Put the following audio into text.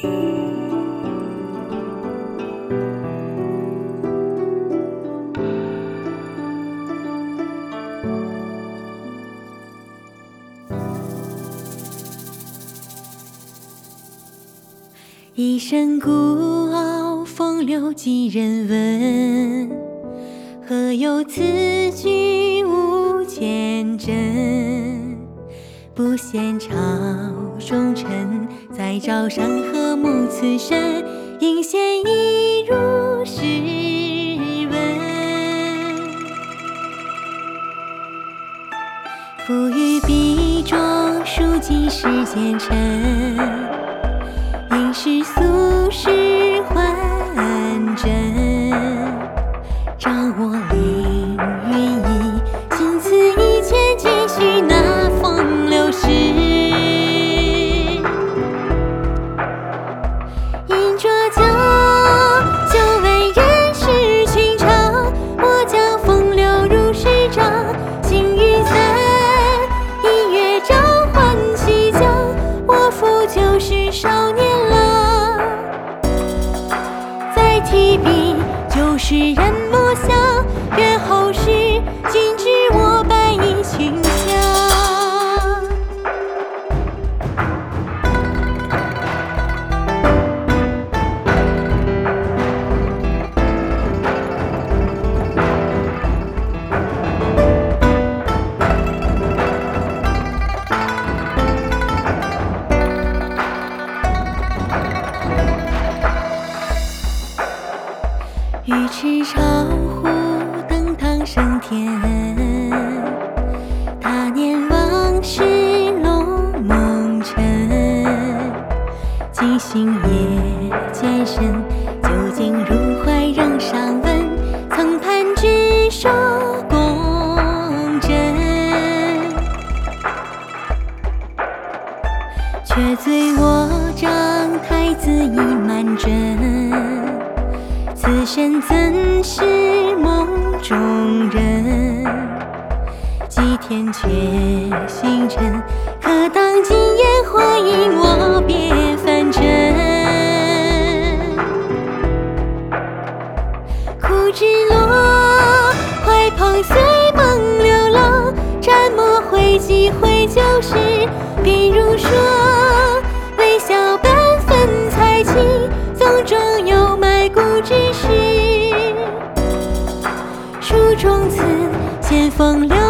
一声孤傲，风流几人闻？何有此句无前真？不羡朝中尘，再照山河木此身，应羡一如诗文。赋予笔中，书尽世间尘。应是俗世还真，掌握凌云逸，行此一切，继续那风流事。饮浊酒，酒为人世寻常，我将风流如诗章。星雨散，一月朝欢喜江，我负旧时少年。提笔就是人墨香，愿后世君知我百艺群香。尉迟巢湖，登堂升天。他年往事笼梦尘，今星夜渐深，究竟入怀仍尚问。曾盼只说共枕，却醉我章太子已满枕。此身怎是梦中人？几天却星辰，可当今烟火引我别凡尘。枯枝落，怀抱随梦流浪，蘸墨绘几回旧事，鬓如霜，微笑半分才气，纵中有埋骨之事。书中词，先锋流